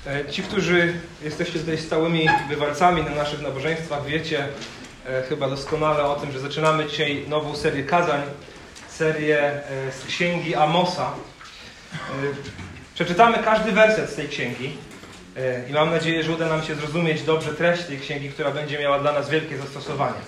Ci, którzy jesteście tutaj stałymi bywalcami na naszych nabożeństwach, wiecie chyba doskonale o tym, że zaczynamy dzisiaj nową serię kazań, serię z księgi Amosa. Przeczytamy każdy werset z tej księgi i mam nadzieję, że uda nam się zrozumieć dobrze treść tej księgi, która będzie miała dla nas wielkie zastosowanie.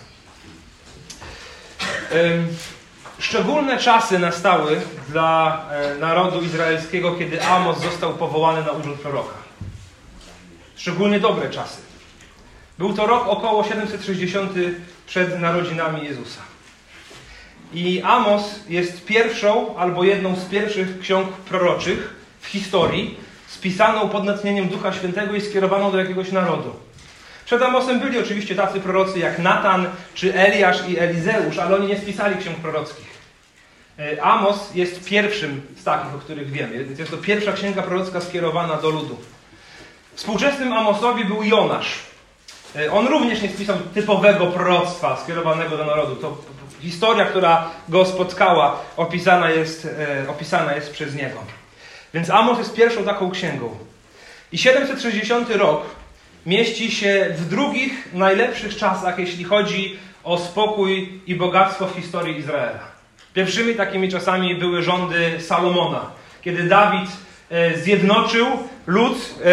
Szczególne czasy nastały dla narodu izraelskiego, kiedy Amos został powołany na urząd proroka. Szczególnie dobre czasy. Był to rok około 760 przed narodzinami Jezusa. I Amos jest pierwszą albo jedną z pierwszych ksiąg proroczych w historii, spisaną pod natchnieniem Ducha Świętego i skierowaną do jakiegoś narodu. Przed Amosem byli oczywiście tacy prorocy jak Natan, czy Eliasz i Elizeusz, ale oni nie spisali ksiąg prorockich. Amos jest pierwszym z takich, o których wiemy. Więc jest to pierwsza księga prorocka skierowana do ludu. Współczesnym Amosowi był Jonasz. On również nie spisał typowego proroctwa skierowanego do narodu. To historia, która go spotkała, opisana jest przez niego. Więc Amos jest pierwszą taką księgą. I 760 rok mieści się w drugich, najlepszych czasach, jeśli chodzi o spokój i bogactwo w historii Izraela. Pierwszymi takimi czasami były rządy Salomona, kiedy Dawid zjednoczył lud,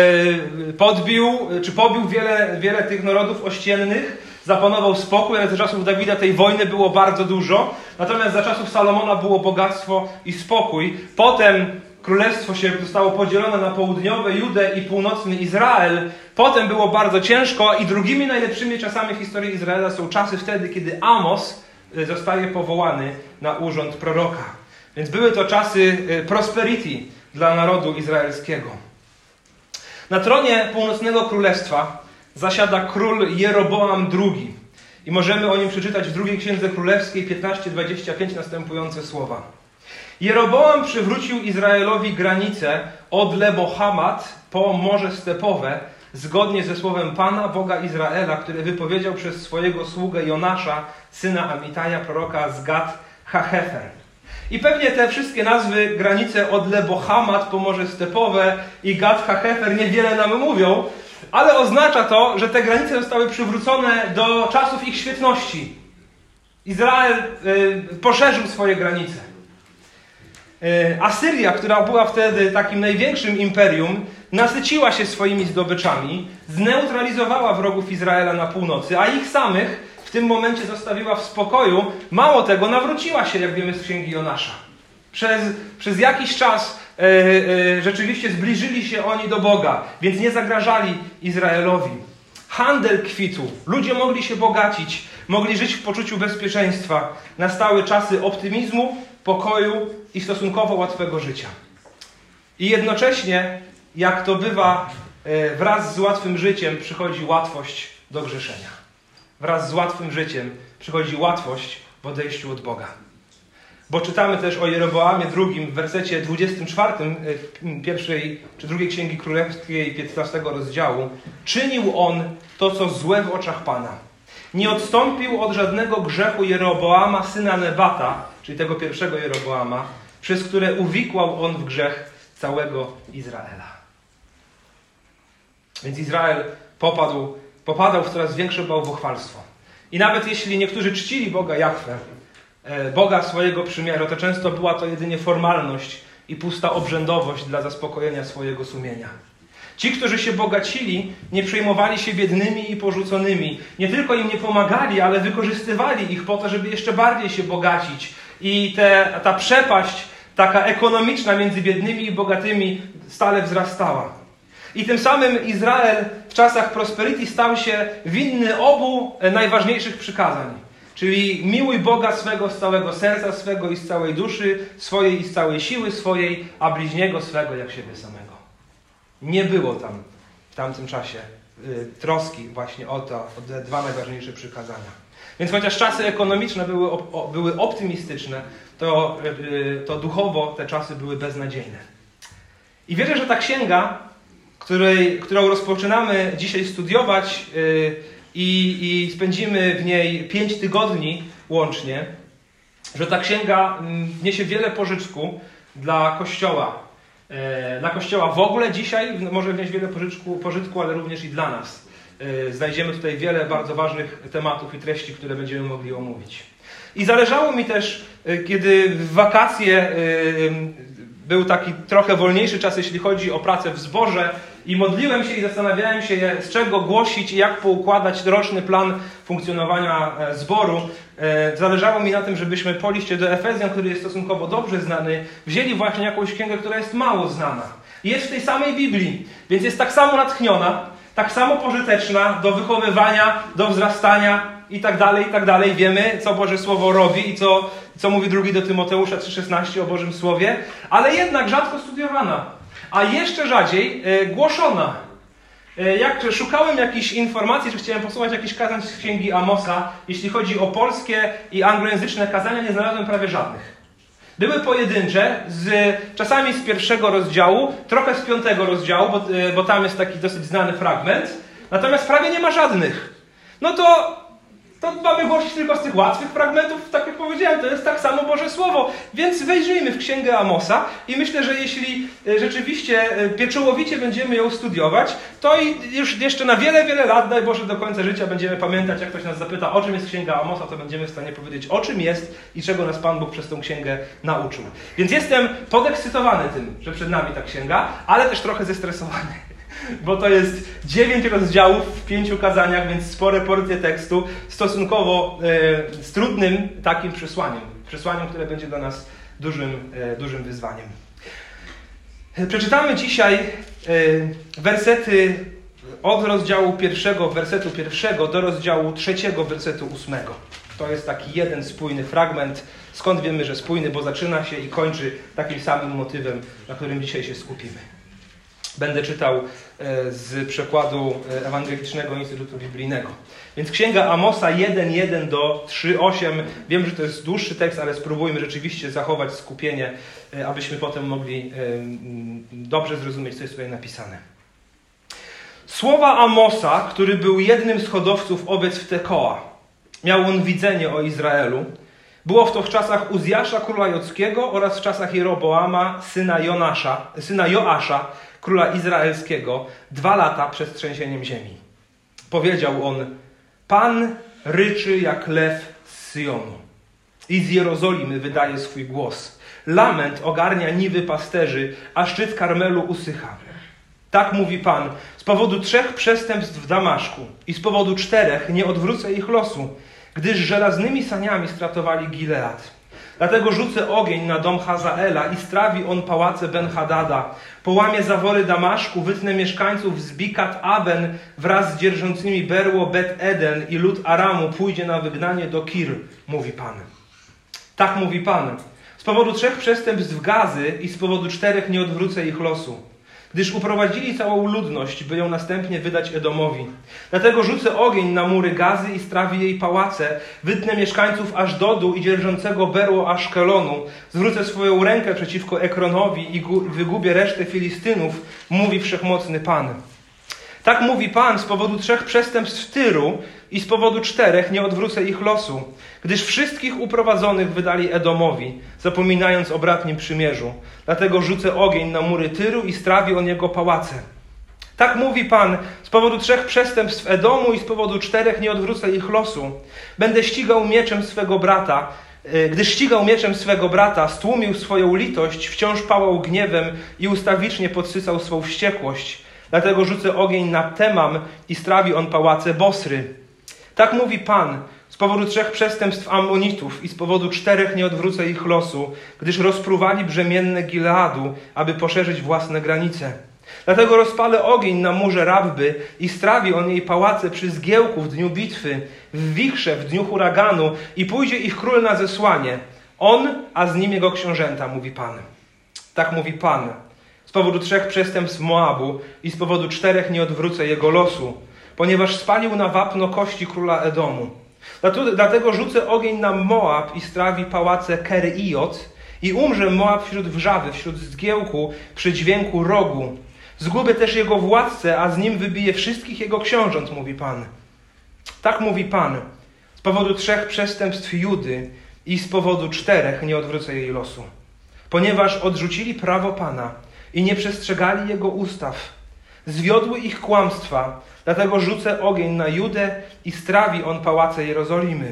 pobił wiele tych narodów ościennych, zapanował spokój, ale za czasów Dawida tej wojny było bardzo dużo, natomiast za czasów Salomona było bogactwo i spokój. Potem królestwo się zostało podzielone na południowe Judę i północny Izrael. Potem było bardzo ciężko i drugimi najlepszymi czasami w historii Izraela są czasy wtedy, kiedy Amos zostaje powołany na urząd proroka. Więc były to czasy prosperity dla narodu izraelskiego. Na tronie północnego królestwa zasiada król Jeroboam II. I możemy o nim przeczytać w drugiej księdze królewskiej 15:25 następujące słowa. Jeroboam przywrócił Izraelowi granicę od Lebo-Hamat po Morze Stepowe, zgodnie ze słowem Pana, Boga Izraela, które wypowiedział przez swojego sługę Jonasza, syna Amitaja, proroka z Gat-Hachefer. I pewnie te wszystkie nazwy, granice od Lebo-Hamat po Morze Stepowe i Gat-Hachefer niewiele nam mówią, ale oznacza to, że te granice zostały przywrócone do czasów ich świetności. Izrael poszerzył swoje granice. Asyria, która była wtedy takim największym imperium, nasyciła się swoimi zdobyczami, zneutralizowała wrogów Izraela na północy, a ich samych w tym momencie zostawiła w spokoju. Mało tego, nawróciła się, jak wiemy z księgi Jonasza. Przez jakiś czas rzeczywiście zbliżyli się oni do Boga, więc nie zagrażali Izraelowi. Handel kwitł, ludzie mogli się bogacić, mogli żyć w poczuciu bezpieczeństwa. Nastały czasy optymizmu, pokoju i stosunkowo łatwego życia. I jednocześnie, jak to bywa, wraz z łatwym życiem przychodzi łatwość do grzeszenia. Wraz z łatwym życiem przychodzi łatwość w odejściu od Boga. Bo czytamy też o Jeroboamie II w wersecie 24 pierwszej czy drugiej Księgi Królewskiej 15 rozdziału. Czynił on to, co złe w oczach Pana. Nie odstąpił od żadnego grzechu Jeroboama, syna Nebata, czyli tego pierwszego Jeroboama, przez które uwikłał on w grzech całego Izraela. Więc Izrael popadał w coraz większe bałwochwalstwo. I nawet jeśli niektórzy czcili Boga Jahwe, Boga swojego przymierza, to często była to jedynie formalność i pusta obrzędowość dla zaspokojenia swojego sumienia. Ci, którzy się bogacili, nie przejmowali się biednymi i porzuconymi. Nie tylko im nie pomagali, ale wykorzystywali ich po to, żeby jeszcze bardziej się bogacić. I ta przepaść taka ekonomiczna między biednymi i bogatymi stale wzrastała. I tym samym Izrael w czasach prosperity stał się winny obu najważniejszych przykazań. Czyli miłuj Boga swego z całego serca swego i z całej duszy swojej i z całej siły swojej, a bliźniego swego jak siebie samego. Nie było tam w tamtym czasie troski właśnie o te dwa najważniejsze przykazania. Więc chociaż czasy ekonomiczne były optymistyczne, to duchowo te czasy były beznadziejne. I wierzę, że ta księga, którą rozpoczynamy dzisiaj studiować i spędzimy w niej 5 tygodni łącznie, że ta księga niesie wiele pożytku dla Kościoła Dla Kościoła w ogóle dzisiaj może wnieść wiele pożytku, ale również i dla nas. Znajdziemy tutaj wiele bardzo ważnych tematów i treści, które będziemy mogli omówić. I zależało mi też, kiedy w wakacje był taki trochę wolniejszy czas, jeśli chodzi o pracę w zborze, i modliłem się i zastanawiałem się, z czego głosić i jak poukładać roczny plan funkcjonowania zboru. Zależało mi na tym, żebyśmy po liście do Efezjan, który jest stosunkowo dobrze znany, wzięli właśnie jakąś księgę, która jest mało znana. Jest w tej samej Biblii, więc jest tak samo natchniona, tak samo pożyteczna do wychowywania, do wzrastania i tak dalej. Wiemy, co Boże Słowo robi i co mówi 2 do Tymoteusza 3,16 o Bożym Słowie, ale jednak rzadko studiowana, a jeszcze rzadziej głoszona. Jak szukałem jakichś informacji, że chciałem posłuchać jakichś kazań z księgi Amosa, jeśli chodzi o polskie i anglojęzyczne kazania, nie znalazłem prawie żadnych. Były pojedyncze, czasami z 1 rozdziału, trochę z 5 rozdziału, bo tam jest taki dosyć znany fragment, natomiast prawie nie ma żadnych. No to mamy głosić tylko z tych łatwych fragmentów, tak jak powiedziałem, to jest tak samo Boże Słowo. Więc wejrzyjmy w księgę Amosa i myślę, że jeśli rzeczywiście pieczołowicie będziemy ją studiować, to już jeszcze na wiele, wiele lat, daj Boże, do końca życia będziemy pamiętać, jak ktoś nas zapyta, o czym jest księga Amosa, to będziemy w stanie powiedzieć, o czym jest i czego nas Pan Bóg przez tą księgę nauczył. Więc jestem podekscytowany tym, że przed nami ta księga, ale też trochę zestresowany. Bo to jest 9 rozdziałów w 5 kazaniach, więc spore porcje tekstu, stosunkowo z trudnym takim przesłaniem, które będzie dla nas dużym wyzwaniem. Przeczytamy dzisiaj wersety od rozdziału 1, wersetu 1 do rozdziału 3, wersetu 8. To jest taki jeden spójny fragment. Skąd wiemy, że spójny? Bo zaczyna się i kończy takim samym motywem, na którym dzisiaj się skupimy. Będę czytał z przekładu Ewangelicznego Instytutu Biblijnego. Więc Księga Amosa 1:1 do 3:8. Wiem, że to jest dłuższy tekst, ale spróbujmy rzeczywiście zachować skupienie, abyśmy potem mogli dobrze zrozumieć, co jest tutaj napisane. Słowa Amosa, który był jednym z hodowców owiec w Tekoa. Miał on widzenie o Izraelu. Było to w czasach Uzjasza, króla Jockiego, oraz w czasach Jeroboama, syna Joasza, króla izraelskiego, 2 lata przed trzęsieniem ziemi. Powiedział on: Pan ryczy jak lew z Syjonu i z Jerozolimy wydaje swój głos. Lament ogarnia niwy pasterzy, a szczyt Karmelu usycha. Tak mówi Pan: z powodu 3 przestępstw w Damaszku i z powodu 4 nie odwrócę ich losu, gdyż żelaznymi saniami stratowali Gilead. Dlatego rzucę ogień na dom Hazaela i strawi on pałace Ben-Hadada. Połamie zawory Damaszku, wytnę mieszkańców z Bikat-Aben wraz z dzierżącymi berło Bet-Eden i lud Aramu pójdzie na wygnanie do Kir, mówi Pan. Tak mówi Pan. Z powodu 3 przestępstw Gazy i z powodu 4 nie odwrócę ich losu, gdyż uprowadzili całą ludność, by ją następnie wydać Edomowi. Dlatego rzucę ogień na mury Gazy i strawi jej pałace, wytnę mieszkańców Ażdodu i dzierżącego berło Aszkelonu, zwrócę swoją rękę przeciwko Ekronowi i wygubię resztę Filistynów, mówi Wszechmocny Pan. Tak mówi Pan, z powodu 3 przestępstw Tyru i z powodu 4 nie odwrócę ich losu, gdyż wszystkich uprowadzonych wydali Edomowi, zapominając o bratnim przymierzu. Dlatego rzucę ogień na mury Tyru i strawi on jego pałace. Tak mówi Pan, z powodu 3 przestępstw Edomu i z powodu 4 nie odwrócę ich losu. Będę ścigał mieczem swego brata, gdyż ścigał mieczem swego brata, stłumił swoją litość, wciąż pałał gniewem i ustawicznie podsycał swą wściekłość. Dlatego rzucę ogień na Temam i strawi on pałace Bosry. Tak mówi Pan, z powodu 3 przestępstw Ammonitów i z powodu 4 nie odwrócę ich losu, gdyż rozpruwali brzemienne Gileadu, aby poszerzyć własne granice. Dlatego rozpalę ogień na murze Rabby i strawi on jej pałace przy zgiełku w dniu bitwy, w wichrze w dniu huraganu i pójdzie ich król na zesłanie. On, a z nim jego książęta, mówi Pan. Tak mówi Pan. Z powodu 3 przestępstw Moabu i z powodu 4 nie odwrócę jego losu, ponieważ spalił na wapno kości króla Edomu. Dlatego rzucę ogień na Moab i strawi pałace Keriot i umrze Moab wśród wrzawy, wśród zgiełku, przy dźwięku rogu. Zgubię też jego władcę, a z nim wybiję wszystkich jego książąt, mówi Pan. Tak mówi Pan. Z powodu 3 przestępstw Judy i z powodu 4 nie odwrócę jej losu. Ponieważ odrzucili prawo Pana, i nie przestrzegali Jego ustaw. Zwiodły ich kłamstwa, dlatego rzucę ogień na Judę i strawi on pałace Jerozolimy.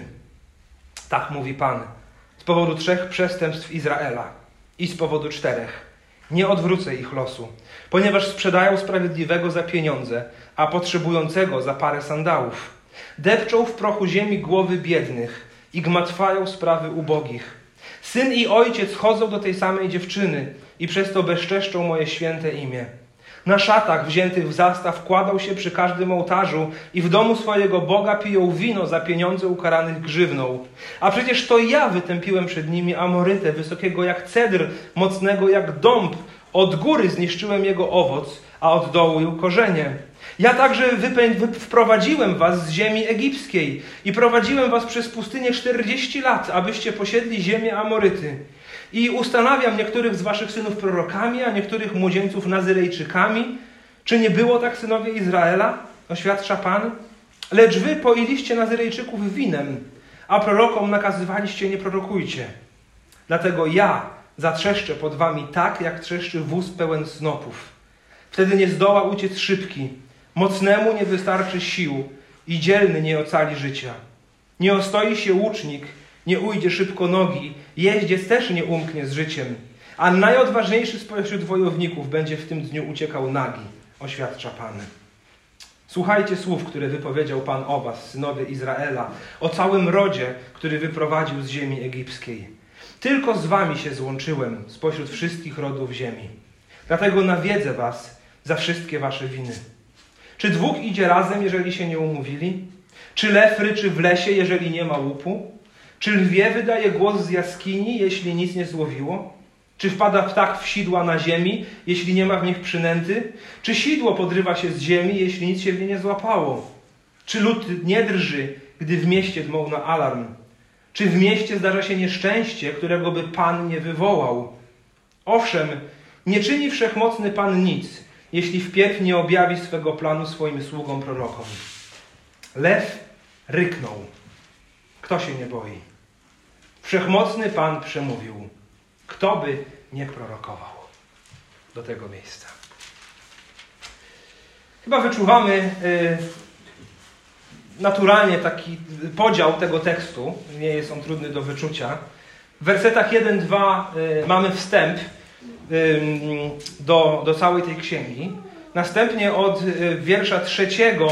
Tak mówi Pan, z powodu 3 przestępstw Izraela i z powodu 4. Nie odwrócę ich losu, ponieważ sprzedają sprawiedliwego za pieniądze, a potrzebującego za parę sandałów. Depczą w prochu ziemi głowy biednych i gmatwają sprawy ubogich. Syn i ojciec chodzą do tej samej dziewczyny i przez to bezczeszczą moje święte imię. Na szatach wziętych w zastaw kładą się przy każdym ołtarzu i w domu swojego Boga piją wino za pieniądze ukaranych grzywną. A przecież to ja wytępiłem przed nimi Amorytę, wysokiego jak cedr, mocnego jak dąb. Od góry zniszczyłem jego owoc, a od dołu korzenie. Ja także wprowadziłem was z ziemi egipskiej i prowadziłem was przez pustynię 40 lat, abyście posiedli ziemię Amoryty. I ustanawiam niektórych z waszych synów prorokami, a niektórych młodzieńców Nazyrejczykami. Czy nie było tak, synowie Izraela? Oświadcza Pan. Lecz wy poiliście Nazyrejczyków winem, a prorokom nakazywaliście nie prorokujcie. Dlatego ja zatrzeszczę pod wami tak, jak trzeszczy wóz pełen snopów. Wtedy nie zdoła uciec szybki, mocnemu nie wystarczy sił i dzielny nie ocali życia. Nie ostoi się łucznik, nie ujdzie szybko nogi, jeździec też nie umknie z życiem, a najodważniejszy spośród wojowników będzie w tym dniu uciekał nagi, oświadcza Pan. Słuchajcie słów, które wypowiedział Pan o was, synowie Izraela, o całym rodzie, który wyprowadził z ziemi egipskiej. Tylko z wami się złączyłem spośród wszystkich rodów ziemi. Dlatego nawiedzę was za wszystkie wasze winy. Czy 2 idzie razem, jeżeli się nie umówili? Czy lew ryczy w lesie, jeżeli nie ma łupu? Czy lwie wydaje głos z jaskini, jeśli nic nie złowiło? Czy wpada ptak w sidła na ziemi, jeśli nie ma w nich przynęty? Czy sidło podrywa się z ziemi, jeśli nic się w niej nie złapało? Czy lud nie drży, gdy w mieście dmą na alarm? Czy w mieście zdarza się nieszczęście, którego by Pan nie wywołał? Owszem, nie czyni wszechmocny Pan nic, jeśli wpierw nie objawi swego planu swoim sługom prorokom. Lew ryknął. Kto się nie boi? Wszechmocny Pan przemówił. Kto by nie prorokował? Do tego miejsca. Chyba wyczuwamy naturalnie taki podział tego tekstu. Nie jest on trudny do wyczucia. W wersetach 1-2 mamy wstęp do całej tej księgi. Następnie od wiersza 3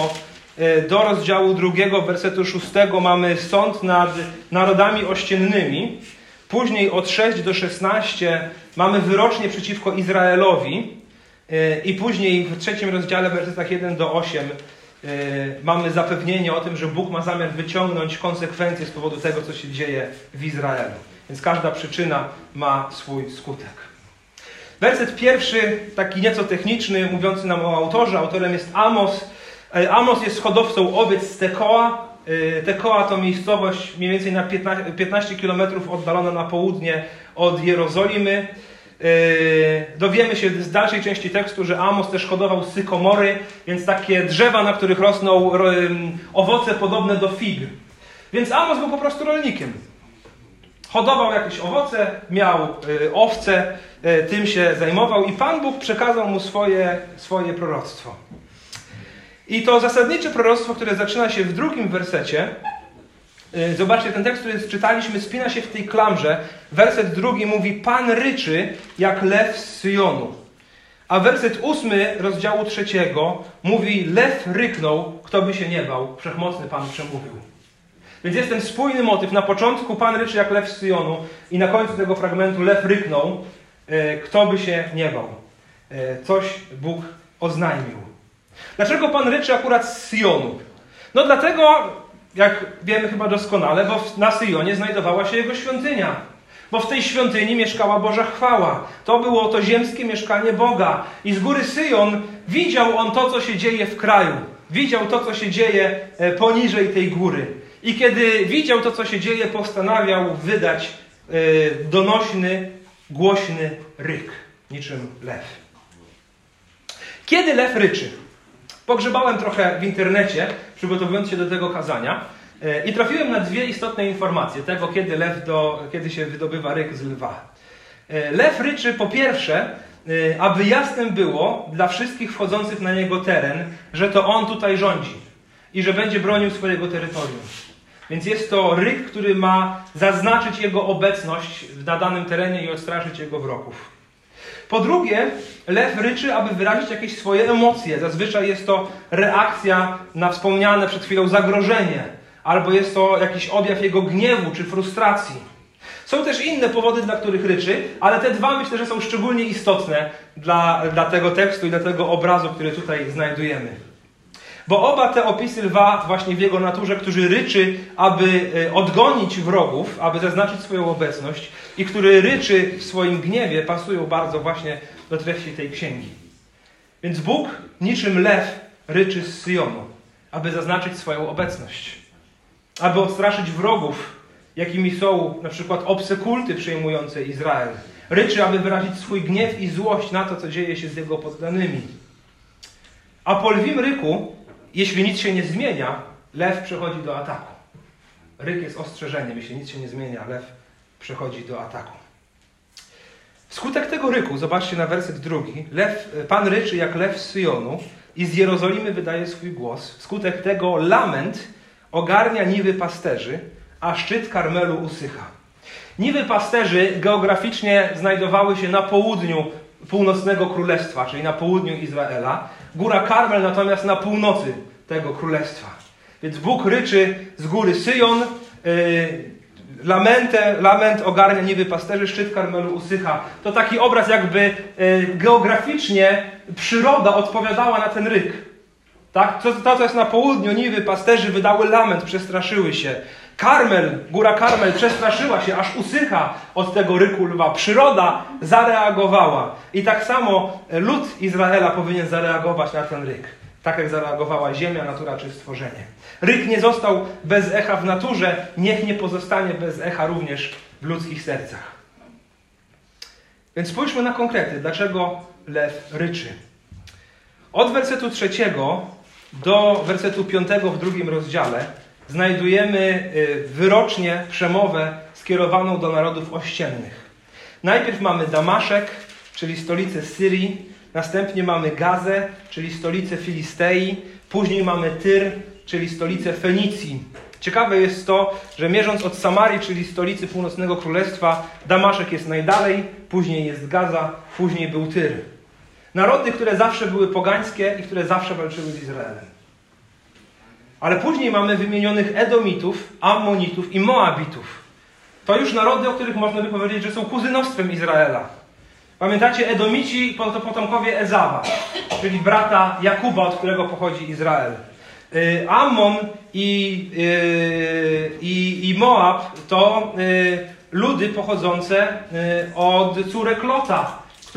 do rozdziału 2, wersetu 6 mamy sąd nad narodami ościennymi. Później od 6 do 16 mamy wyrocznie przeciwko Izraelowi. I później w 3 rozdziale, w wersetach 1 do 8 mamy zapewnienie o tym, że Bóg ma zamiar wyciągnąć konsekwencje z powodu tego, co się dzieje w Izraelu. Więc każda przyczyna ma swój skutek. Werset 1, taki nieco techniczny, mówiący nam o autorze. Autorem jest Amos. Amos jest hodowcą owiec z Tekoa. Tekoa to miejscowość mniej więcej na 15 km oddalona na południe od Jerozolimy. Dowiemy się z dalszej części tekstu, że Amos też hodował sykomory, więc takie drzewa, na których rosną owoce podobne do fig. Więc Amos był po prostu rolnikiem. Hodował jakieś owoce, miał owce, tym się zajmował i Pan Bóg przekazał mu swoje proroctwo. I to zasadnicze proroctwo, które zaczyna się w 2 wersecie, zobaczcie, ten tekst, który czytaliśmy, spina się w tej klamrze. Werset 2 mówi: Pan ryczy jak lew z Syjonu. A werset 8 rozdziału 3 mówi: lew ryknął, kto by się nie bał, wszechmocny Pan przemówił. Więc jest ten spójny motyw. Na początku Pan ryczy jak lew z Syjonu i na końcu tego fragmentu lew ryknął, kto by się nie bał. Coś Bóg oznajmił. Dlaczego Pan ryczy akurat z Syjonu? No dlatego, jak wiemy chyba doskonale, bo na Syjonie znajdowała się Jego świątynia. Bo w tej świątyni mieszkała Boża chwała. To było to ziemskie mieszkanie Boga. I z góry Syjon widział On to, co się dzieje w kraju. Widział to, co się dzieje poniżej tej góry. I kiedy widział to, co się dzieje, postanawiał wydać donośny, głośny ryk. Niczym lew. Kiedy lew ryczy? Pogrzebałem trochę w internecie, przygotowując się do tego kazania i trafiłem na 2 istotne informacje tego, kiedy się wydobywa ryk z lwa. Lew ryczy po pierwsze aby jasnym było dla wszystkich wchodzących na niego teren, że to on tutaj rządzi i że będzie bronił swojego terytorium. Więc jest to ryk, który ma zaznaczyć jego obecność na danym terenie i odstraszyć jego wrogów. Po drugie, lew ryczy, aby wyrazić jakieś swoje emocje. Zazwyczaj jest to reakcja na wspomniane przed chwilą zagrożenie, albo jest to jakiś objaw jego gniewu czy frustracji. Są też inne powody, dla których ryczy, ale te dwa myślę, że są szczególnie istotne dla tego tekstu i dla tego obrazu, który tutaj znajdujemy. Bo oba te opisy lwa właśnie w jego naturze, który ryczy, aby odgonić wrogów, aby zaznaczyć swoją obecność i który ryczy w swoim gniewie, pasują bardzo właśnie do treści tej księgi. Więc Bóg niczym lew ryczy z Syjonu, aby zaznaczyć swoją obecność, aby odstraszyć wrogów, jakimi są na przykład obce kulty przejmujące Izrael. Ryczy, aby wyrazić swój gniew i złość na to, co dzieje się z jego poddanymi. A po lwim ryku, jeśli nic się nie zmienia, lew przechodzi do ataku. Ryk jest ostrzeżeniem. Jeśli nic się nie zmienia, lew przechodzi do ataku. Wskutek tego ryku, zobaczcie na werset 2, Pan ryczy jak lew z Syjonu i z Jerozolimy wydaje swój głos. Wskutek tego lament ogarnia niwy pasterzy, a szczyt Karmelu usycha. Niwy pasterzy geograficznie znajdowały się na południu północnego królestwa, czyli na południu Izraela. Góra Karmel natomiast na północy tego królestwa. Więc Bóg ryczy z góry Syjon, lament ogarnia niwy pasterzy, szczyt Karmelu usycha. To taki obraz, jakby geograficznie przyroda odpowiadała na ten ryk. Tak? To, co jest na południu, niwy pasterzy wydały lament, przestraszyły się. Góra Karmel przestraszyła się, aż usycha od tego ryku lwa. Przyroda zareagowała. I tak samo lud Izraela powinien zareagować na ten ryk. Tak jak zareagowała ziemia, natura czy stworzenie. Ryk nie został bez echa w naturze, niech nie pozostanie bez echa również w ludzkich sercach. Więc spójrzmy na konkrety. Dlaczego lew ryczy? Od wersetu 3 do wersetu 5 w 2 rozdziale znajdujemy wyrocznie przemowę skierowaną do narodów ościennych. Najpierw mamy Damaszek, czyli stolicę Syrii, następnie mamy Gazę, czyli stolicę Filistei, później mamy Tyr, czyli stolicę Fenicji. Ciekawe jest to, że mierząc od Samarii, czyli stolicy północnego królestwa, Damaszek jest najdalej, później jest Gaza, później był Tyr. Narody, które zawsze były pogańskie i które zawsze walczyły z Izraelem. Ale później mamy wymienionych Edomitów, Ammonitów i Moabitów. To już narody, o których można by powiedzieć, że są kuzynostwem Izraela. Pamiętacie, Edomici to potomkowie Ezawa, czyli brata Jakuba, od którego pochodzi Izrael. Ammon i Moab to ludy pochodzące od córek Lota,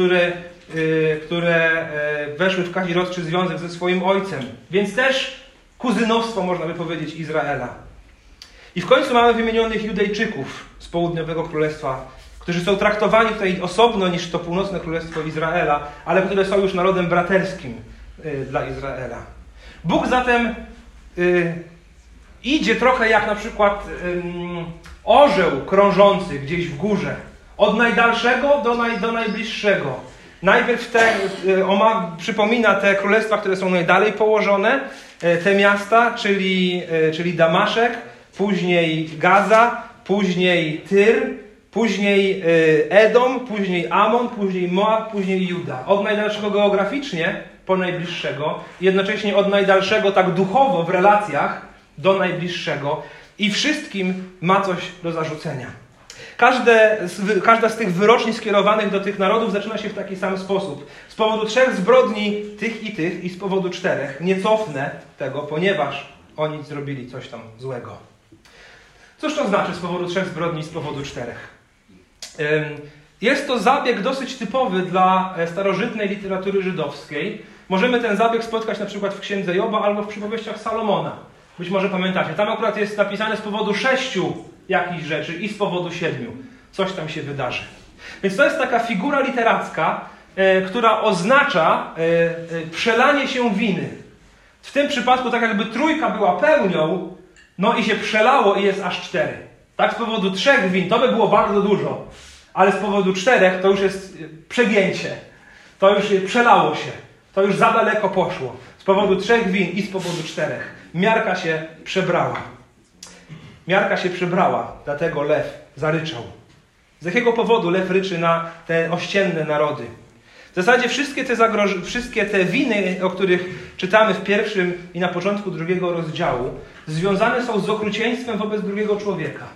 które weszły w kazirodzczy związek ze swoim ojcem. Więc też kuzynostwo, można by powiedzieć, Izraela. I w końcu mamy wymienionych Judejczyków z południowego królestwa, którzy są traktowani tutaj osobno niż to północne królestwo Izraela, ale które są już narodem braterskim dla Izraela. Bóg zatem idzie trochę jak na przykład orzeł krążący gdzieś w górze. Od najdalszego do najbliższego. Najpierw przypomina te królestwa, które są najdalej położone, te miasta, czyli Damaszek, później Gaza, później Tyr, później Edom, później Amon, później Moab, później Juda. Od najdalszego geograficznie po najbliższego, jednocześnie od najdalszego tak duchowo w relacjach do najbliższego i wszystkim ma coś do zarzucenia. Każda z tych wyroczni skierowanych do tych narodów zaczyna się w taki sam sposób. Z powodu 3 zbrodni tych i z powodu 4. Nie cofnę tego, ponieważ oni zrobili coś tam złego. Cóż to znaczy z powodu 3 zbrodni i z powodu 4? Jest to zabieg dosyć typowy dla starożytnej literatury żydowskiej. Możemy ten zabieg spotkać na przykład w Księdze Joba albo w przypowieściach Salomona. Być może pamiętacie. Tam akurat jest napisane z powodu 6 jakichś rzeczy i z powodu 7. Coś tam się wydarzy. Więc to jest taka figura literacka, która oznacza przelanie się winy. W tym przypadku tak jakby 3 była pełnią, no i się przelało i jest aż 4. Tak z powodu 3 win to by było bardzo dużo, ale z powodu 4 to już jest przegięcie. To już przelało się. To już za daleko poszło. Z powodu 3 win i z powodu 4. Miarka się przebrała. Miarka się przebrała, dlatego lew zaryczał. Z jakiego powodu lew ryczy na te ościenne narody? W zasadzie wszystkie te winy, o których czytamy w 1 i na początku 2 rozdziału, związane są z okrucieństwem wobec drugiego człowieka.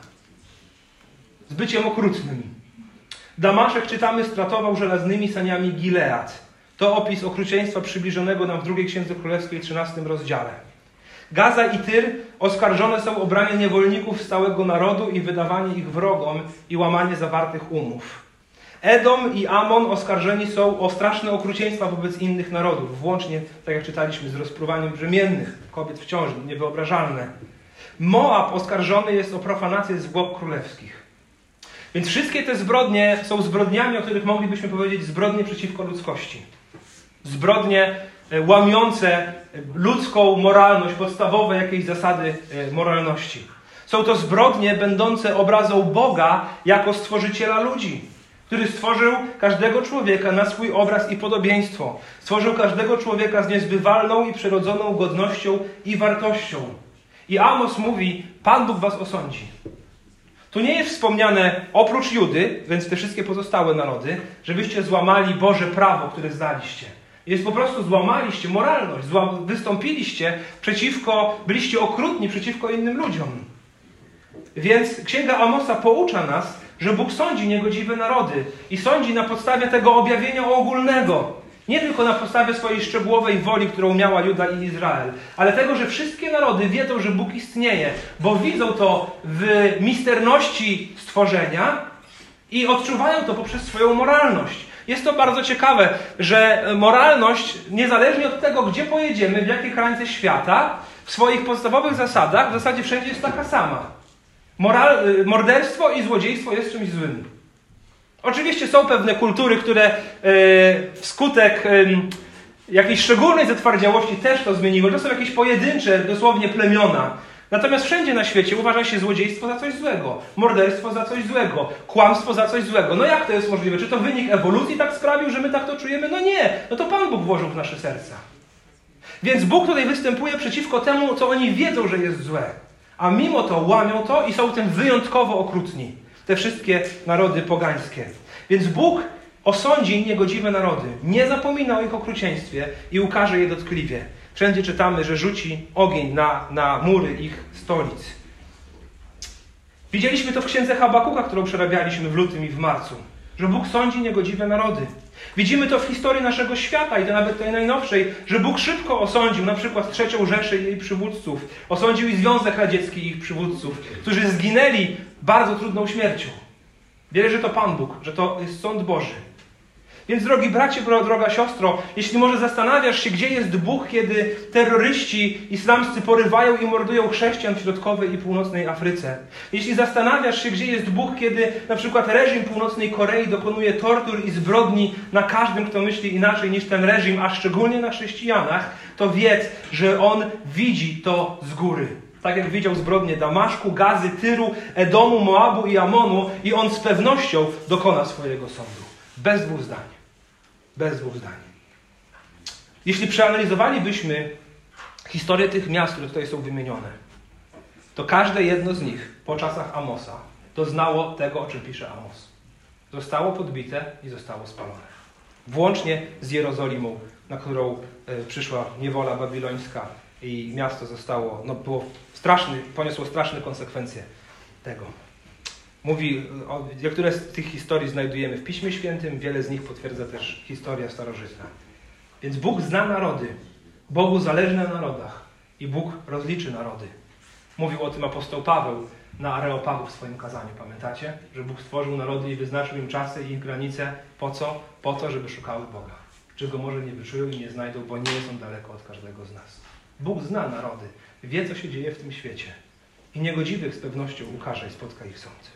Z byciem okrutnym. Damaszek, czytamy, stratował żelaznymi saniami Gilead. To opis okrucieństwa przybliżonego nam w 2 Księdze Królewskiej 13 rozdziale. Gaza i Tyr oskarżone są o branie niewolników z całego narodu i wydawanie ich wrogom i łamanie zawartych umów. Edom i Amon oskarżeni są o straszne okrucieństwa wobec innych narodów, włącznie, tak jak czytaliśmy, z rozpruwaniem brzemiennych, kobiet w ciąży, niewyobrażalne. Moab oskarżony jest o profanację zwłok królewskich. Więc wszystkie te zbrodnie są zbrodniami, o których moglibyśmy powiedzieć zbrodnie przeciwko ludzkości. Zbrodnie łamiące ludzką moralność, podstawowe jakieś zasady moralności. Są to zbrodnie będące obrazą Boga jako stworzyciela ludzi, który stworzył każdego człowieka na swój obraz i podobieństwo. Stworzył każdego człowieka z niezbywalną i przyrodzoną godnością i wartością. I Amos mówi, Pan Bóg was osądzi. Tu nie jest wspomniane oprócz Judy, więc te wszystkie pozostałe narody, żebyście złamali Boże prawo, które znaliście. Jest po prostu złamaliście moralność, wystąpiliście byliście okrutni przeciwko innym ludziom. Więc Księga Amosa poucza nas, że Bóg sądzi niegodziwe narody i sądzi na podstawie tego objawienia ogólnego. Nie tylko na podstawie swojej szczegółowej woli, którą miała Juda i Izrael, ale tego, że wszystkie narody wiedzą, że Bóg istnieje, bo widzą to w misterności stworzenia i odczuwają to poprzez swoją moralność. Jest to bardzo ciekawe, że moralność, niezależnie od tego, gdzie pojedziemy, w jakie krańce świata, w swoich podstawowych zasadach w zasadzie wszędzie jest taka sama. Morderstwo i złodziejstwo jest czymś złym. Oczywiście są pewne kultury, które wskutek jakiejś szczególnej zatwardziałości też to zmieniły. To są jakieś pojedyncze, dosłownie plemiona. Natomiast wszędzie na świecie uważa się złodziejstwo za coś złego, morderstwo za coś złego, kłamstwo za coś złego. No jak to jest możliwe? Czy to wynik ewolucji tak sprawił, że my tak to czujemy? No nie. No to Pan Bóg włożył w nasze serca. Więc Bóg tutaj występuje przeciwko temu, co oni wiedzą, że jest złe. A mimo to łamią to i są tym wyjątkowo okrutni. Te wszystkie narody pogańskie. Więc Bóg osądzi niegodziwe narody. Nie zapomina o ich okrucieństwie i ukaże je dotkliwie. Wszędzie czytamy, że rzuci ogień na mury ich stolic. Widzieliśmy to w księdze Habakuka, którą przerabialiśmy w lutym i w marcu. Że Bóg sądzi niegodziwe narody. Widzimy to w historii naszego świata i to nawet tej najnowszej, że Bóg szybko osądził na przykład III Rzeszę i jej przywódców. Osądził i Związek Radziecki i ich przywódców, którzy zginęli bardzo trudną śmiercią. Wierzę, że to Pan Bóg, że to jest sąd Boży. Więc drogi bracie, droga siostro, jeśli może zastanawiasz się, gdzie jest Bóg, kiedy terroryści islamscy porywają i mordują chrześcijan w środkowej i północnej Afryce. Jeśli zastanawiasz się, gdzie jest Bóg, kiedy na przykład reżim północnej Korei dokonuje tortur i zbrodni na każdym, kto myśli inaczej niż ten reżim, a szczególnie na chrześcijanach, to wiedz, że On widzi to z góry. Tak jak widział zbrodnie Damaszku, Gazy, Tyru, Edomu, Moabu i Amonu i On z pewnością dokona swojego sądu. Bez dwóch zdań. Bez dwóch zdań. Jeśli przeanalizowalibyśmy historię tych miast, które tutaj są wymienione, to każde jedno z nich po czasach Amosa doznało tego, o czym pisze Amos. Zostało podbite i zostało spalone. Włącznie z Jerozolimą, na którą przyszła niewola babilońska i miasto zostało, poniosło straszne konsekwencje tego. Mówi, niektóre z tych historii znajdujemy w Piśmie Świętym, wiele z nich potwierdza też historia starożytna. Więc Bóg zna narody, Bogu zależy na narodach i Bóg rozliczy narody. Mówił o tym apostoł Paweł na Areopagu w swoim kazaniu, pamiętacie? Że Bóg stworzył narody i wyznaczył im czasy i ich granice. Po co? Po to, żeby szukały Boga. Czego może nie wyczują i nie znajdą, bo nie jest On daleko od każdego z nas. Bóg zna narody, wie, co się dzieje w tym świecie. I niegodziwych z pewnością ukaże i spotka ich sąd.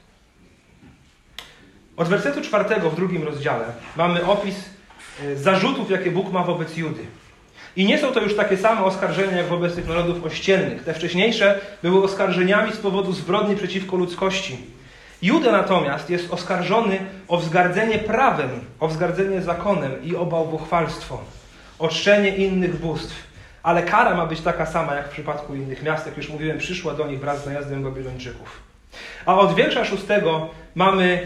Od wersetu 4 w 2 rozdziale mamy opis zarzutów, jakie Bóg ma wobec Judy. I nie są to już takie same oskarżenia, jak wobec tych narodów ościennych. Te wcześniejsze były oskarżeniami z powodu zbrodni przeciwko ludzkości. Juda natomiast jest oskarżony o wzgardzenie prawem, o wzgardzenie zakonem i o bałwochwalstwo, o czczenie innych bóstw. Ale kara ma być taka sama jak w przypadku innych miast, jak już mówiłem, przyszła do nich wraz z najazdem Babilończyków. A od wiersza 6 mamy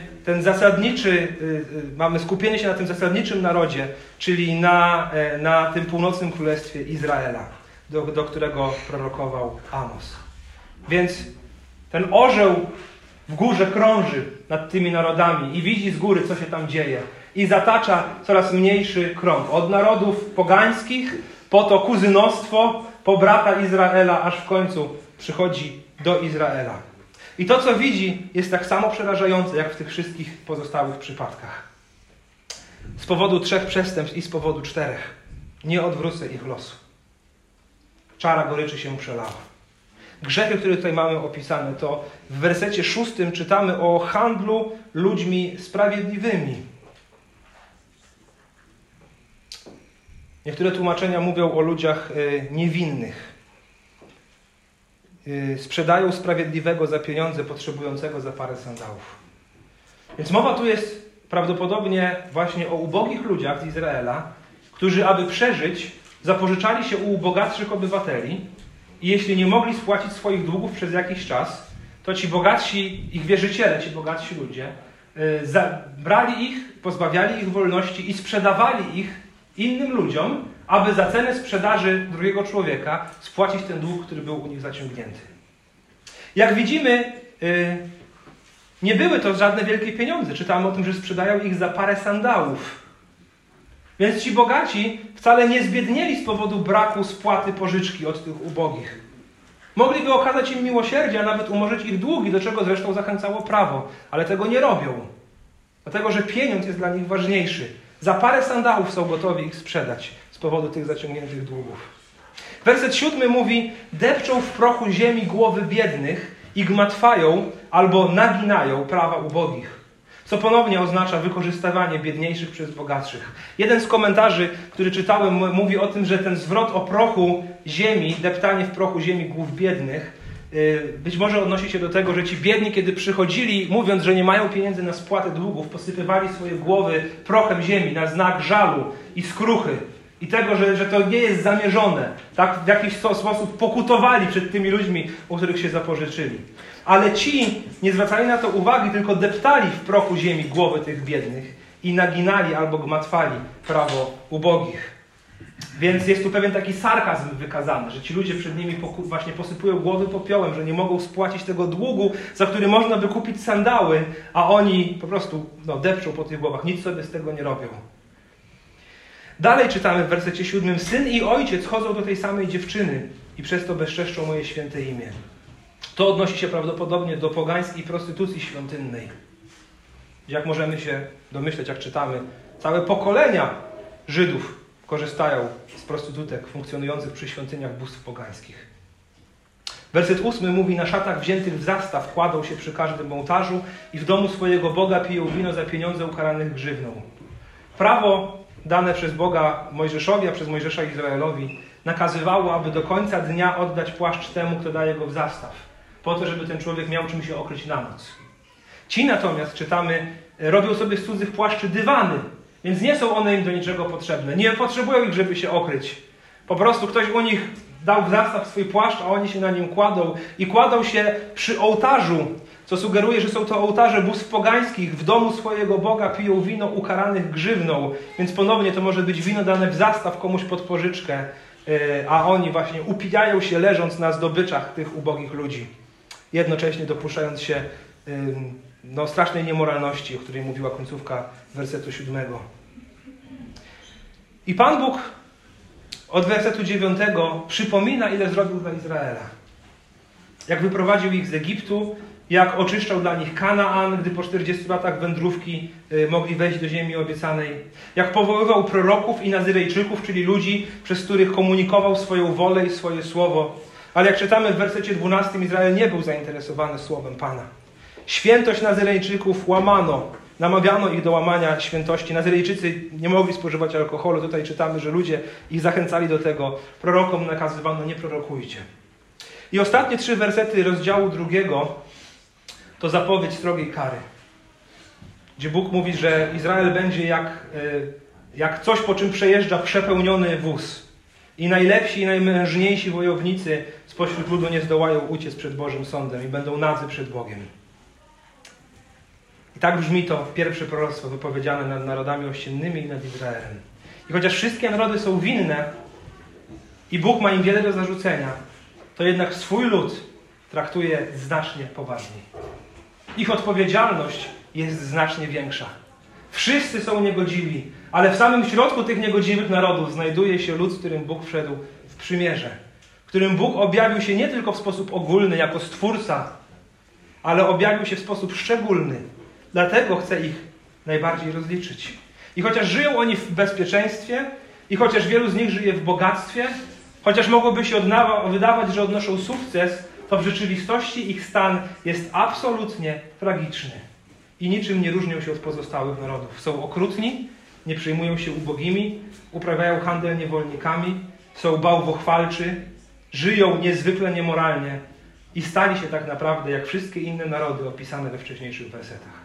mamy skupienie się na tym zasadniczym narodzie, czyli na tym północnym królestwie Izraela, do którego prorokował Amos. Więc ten orzeł w górze krąży nad tymi narodami i widzi z góry, co się tam dzieje. I zatacza coraz mniejszy krąg. Od narodów pogańskich, po to kuzynostwo, po brata Izraela, aż w końcu przychodzi do Izraela. I to, co widzi, jest tak samo przerażające, jak w tych wszystkich pozostałych przypadkach. Z powodu 3 przestępstw i z powodu 4. Nie odwrócę ich losu. Czara goryczy się przelała. Grzechy, które tutaj mamy opisane, to w wersecie 6 czytamy o handlu ludźmi sprawiedliwymi. Niektóre tłumaczenia mówią o ludziach niewinnych. Sprzedają sprawiedliwego za pieniądze, potrzebującego za parę sandałów. Więc mowa tu jest prawdopodobnie właśnie o ubogich ludziach z Izraela, którzy, aby przeżyć, zapożyczali się u bogatszych obywateli i jeśli nie mogli spłacić swoich długów przez jakiś czas, to ci bogatsi, ich wierzyciele, ci bogatsi ludzie, brali ich, pozbawiali ich wolności i sprzedawali ich innym ludziom, aby za cenę sprzedaży drugiego człowieka spłacić ten dług, który był u nich zaciągnięty. Jak widzimy, nie były to żadne wielkie pieniądze. Czytamy o tym, że sprzedają ich za parę sandałów. Więc ci bogaci wcale nie zbiednieli z powodu braku spłaty pożyczki od tych ubogich. Mogliby okazać im miłosierdzie, a nawet umorzyć ich długi, do czego zresztą zachęcało prawo. Ale tego nie robią. Dlatego, że pieniądz jest dla nich ważniejszy. Za parę sandałów są gotowi ich sprzedać z powodu tych zaciągniętych długów. Werset 7 mówi: depczą w prochu ziemi głowy biednych i gmatwają albo naginają prawa ubogich. Co ponownie oznacza wykorzystywanie biedniejszych przez bogatszych. Jeden z komentarzy, który czytałem, mówi o tym, że ten zwrot o prochu ziemi, deptanie w prochu ziemi głów biednych, być może odnosi się do tego, że ci biedni, kiedy przychodzili, mówiąc, że nie mają pieniędzy na spłatę długów, posypywali swoje głowy prochem ziemi na znak żalu i skruchy. I tego, że to nie jest zamierzone. Tak w jakiś sposób pokutowali przed tymi ludźmi, u których się zapożyczyli. Ale ci nie zwracali na to uwagi, tylko deptali w prochu ziemi głowy tych biednych i naginali albo gmatwali prawo ubogich. Więc jest tu pewien taki sarkazm wykazany, że ci ludzie przed nimi właśnie posypują głowy popiołem, że nie mogą spłacić tego długu, za który można by kupić sandały, a oni po prostu depczą po tych głowach, nic sobie z tego nie robią. Dalej czytamy w wersecie 7: syn i ojciec chodzą do tej samej dziewczyny i przez to bezczeszczą moje święte imię. To odnosi się prawdopodobnie do pogańskiej prostytucji świątynnej. Jak możemy się domyśleć, jak czytamy, całe pokolenia Żydów korzystają z prostytutek funkcjonujących przy świątyniach bóstw pogańskich. Werset 8 mówi: na szatach wziętych w zastaw kładą się przy każdym ołtarzu i w domu swojego Boga piją wino za pieniądze ukaranych grzywną. Prawo dane przez Boga Mojżeszowi, a przez Mojżesza Izraelowi nakazywało, aby do końca dnia oddać płaszcz temu, kto daje go w zastaw, po to, żeby ten człowiek miał czym się okryć na noc. Ci natomiast, czytamy, robią sobie z cudzych płaszczy dywany, więc nie są one im do niczego potrzebne. Nie potrzebują ich, żeby się okryć. Po prostu ktoś u nich dał w zastaw swój płaszcz, a oni się na nim kładą i kładą się przy ołtarzu, co sugeruje, że są to ołtarze bóstw pogańskich. W domu swojego Boga piją wino ukaranych grzywną, więc ponownie to może być wino dane w zastaw komuś pod pożyczkę, a oni właśnie upijają się leżąc na zdobyczach tych ubogich ludzi, jednocześnie dopuszczając się strasznej niemoralności, o której mówiła końcówka wersetu 7. I Pan Bóg od wersetu 9 przypomina, ile zrobił dla Izraela. Jak wyprowadził ich z Egiptu, jak oczyszczał dla nich Kanaan, gdy po 40 latach wędrówki mogli wejść do ziemi obiecanej. Jak powoływał proroków i Nazyrejczyków, czyli ludzi, przez których komunikował swoją wolę i swoje słowo. Ale jak czytamy w wersecie 12, Izrael nie był zainteresowany słowem Pana. Świętość Nazyrejczyków łamano. Namawiano ich do łamania świętości. Nazyrejczycy nie mogli spożywać alkoholu. Tutaj czytamy, że ludzie ich zachęcali do tego. Prorokom nakazywano: nie prorokujcie. I ostatnie 3 wersety rozdziału 2 to zapowiedź srogiej kary. Gdzie Bóg mówi, że Izrael będzie jak coś, po czym przejeżdża przepełniony wóz. I najlepsi i najmężniejsi wojownicy spośród ludu nie zdołają uciec przed Bożym sądem i będą nadzy przed Bogiem. I tak brzmi to pierwsze proroctwo wypowiedziane nad narodami ościennymi i nad Izraelem. I chociaż wszystkie narody są winne i Bóg ma im wiele do zarzucenia, to jednak swój lud traktuje znacznie poważniej. Ich odpowiedzialność jest znacznie większa. Wszyscy są niegodziwi, ale w samym środku tych niegodziwych narodów znajduje się lud, z którym Bóg wszedł w przymierze. W którym Bóg objawił się nie tylko w sposób ogólny, jako Stwórca, ale objawił się w sposób szczególny. Dlatego chce ich najbardziej rozliczyć. I chociaż żyją oni w bezpieczeństwie, i chociaż wielu z nich żyje w bogactwie, chociaż mogłoby się wydawać, że odnoszą sukces, to w rzeczywistości ich stan jest absolutnie tragiczny. I niczym nie różnią się od pozostałych narodów. Są okrutni, nie przejmują się ubogimi, uprawiają handel niewolnikami, są bałwochwalczy, żyją niezwykle niemoralnie i stali się tak naprawdę jak wszystkie inne narody opisane we wcześniejszych wersetach.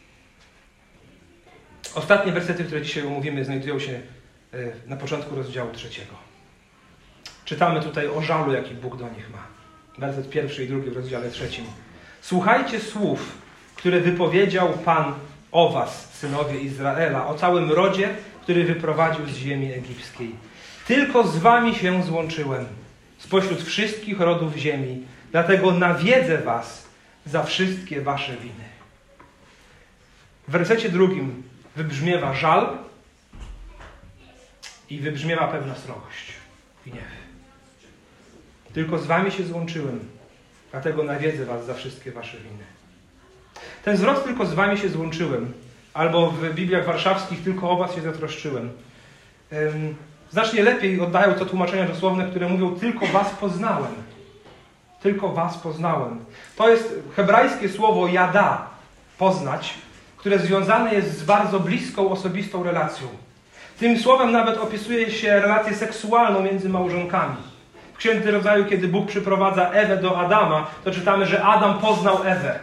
Ostatnie wersety, które dzisiaj omówimy, znajdują się na początku rozdziału 3. Czytamy tutaj o żalu, jaki Bóg do nich ma. Werset 1 i 2 w rozdziale 3. Słuchajcie słów, które wypowiedział Pan o was, synowie Izraela, o całym rodzie, który wyprowadził z ziemi egipskiej. Tylko z wami się złączyłem, spośród wszystkich rodów ziemi, dlatego nawiedzę was za wszystkie wasze winy. W wersecie 2 wybrzmiewa żal i wybrzmiewa pewna srogość, gniew. Tylko z wami się złączyłem, dlatego nawiedzę was za wszystkie wasze winy. Ten zwrot tylko z wami się złączyłem, albo w Bibliach warszawskich tylko o was się zatroszczyłem. Znacznie lepiej oddają to tłumaczenia dosłowne, które mówią tylko was poznałem. Tylko was poznałem. To jest hebrajskie słowo yada, poznać, które związane jest z bardzo bliską, osobistą relacją. Tym słowem nawet opisuje się relację seksualną między małżonkami. W Księdze Rodzaju, kiedy Bóg przyprowadza Ewę do Adama, to czytamy, że Adam poznał Ewę.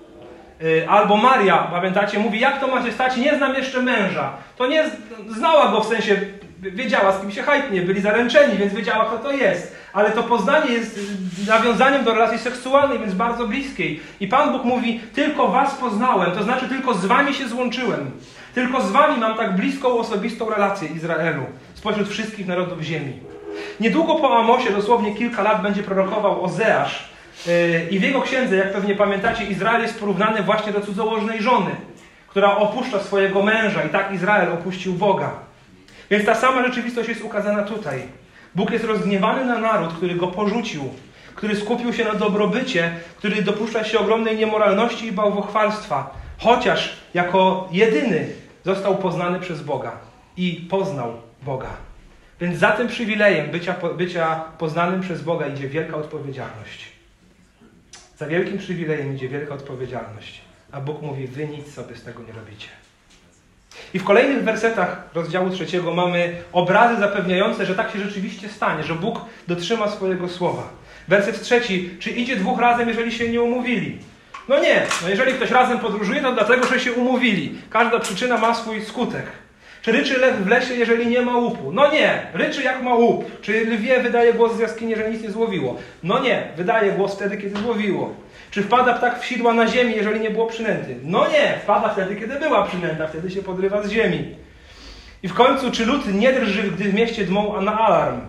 Albo Maria, pamiętacie, mówi, jak to ma się stać, nie znam jeszcze męża. To nie znała go, w sensie wiedziała, z kim się hajtnie, byli zaręczeni, więc wiedziała, kto to jest. Ale to poznanie jest nawiązaniem do relacji seksualnej, więc bardzo bliskiej. I Pan Bóg mówi, tylko was poznałem, to znaczy tylko z wami się złączyłem. Tylko z wami mam tak bliską, osobistą relację Izraelu, spośród wszystkich narodów ziemi. Niedługo po Amosie, dosłownie kilka lat, będzie prorokował Ozeasz. I w jego księdze, jak pewnie pamiętacie, Izrael jest porównany właśnie do cudzołożnej żony, która opuszcza swojego męża i tak Izrael opuścił Boga. Więc ta sama rzeczywistość jest ukazana tutaj. Bóg jest rozgniewany na naród, który go porzucił, który skupił się na dobrobycie, który dopuszcza się ogromnej niemoralności i bałwochwalstwa, chociaż jako jedyny został poznany przez Boga i poznał Boga. Więc za tym przywilejem bycia poznanym przez Boga idzie wielka odpowiedzialność. Za wielkim przywilejem idzie wielka odpowiedzialność. A Bóg mówi, wy nic sobie z tego nie robicie. I w kolejnych wersetach rozdziału 3 mamy obrazy zapewniające, że tak się rzeczywiście stanie, że Bóg dotrzyma swojego słowa. Werset 3. Czy idzie 2 razem, jeżeli się nie umówili? No nie. No jeżeli ktoś razem podróżuje, to dlatego, że się umówili. Każda przyczyna ma swój skutek. Czy ryczy lew w lesie, jeżeli nie ma łupu? No nie. Ryczy jak ma łup. Czy lwie wydaje głos z jaskini, jeżeli nic nie złowiło? No nie. Wydaje głos wtedy, kiedy złowiło. Czy wpada ptak w sidła na ziemi, jeżeli nie było przynęty? No nie. Wpada wtedy, kiedy była przynęta. Wtedy się podrywa z ziemi. I w końcu, czy lud nie drży, gdy w mieście dmą na alarm?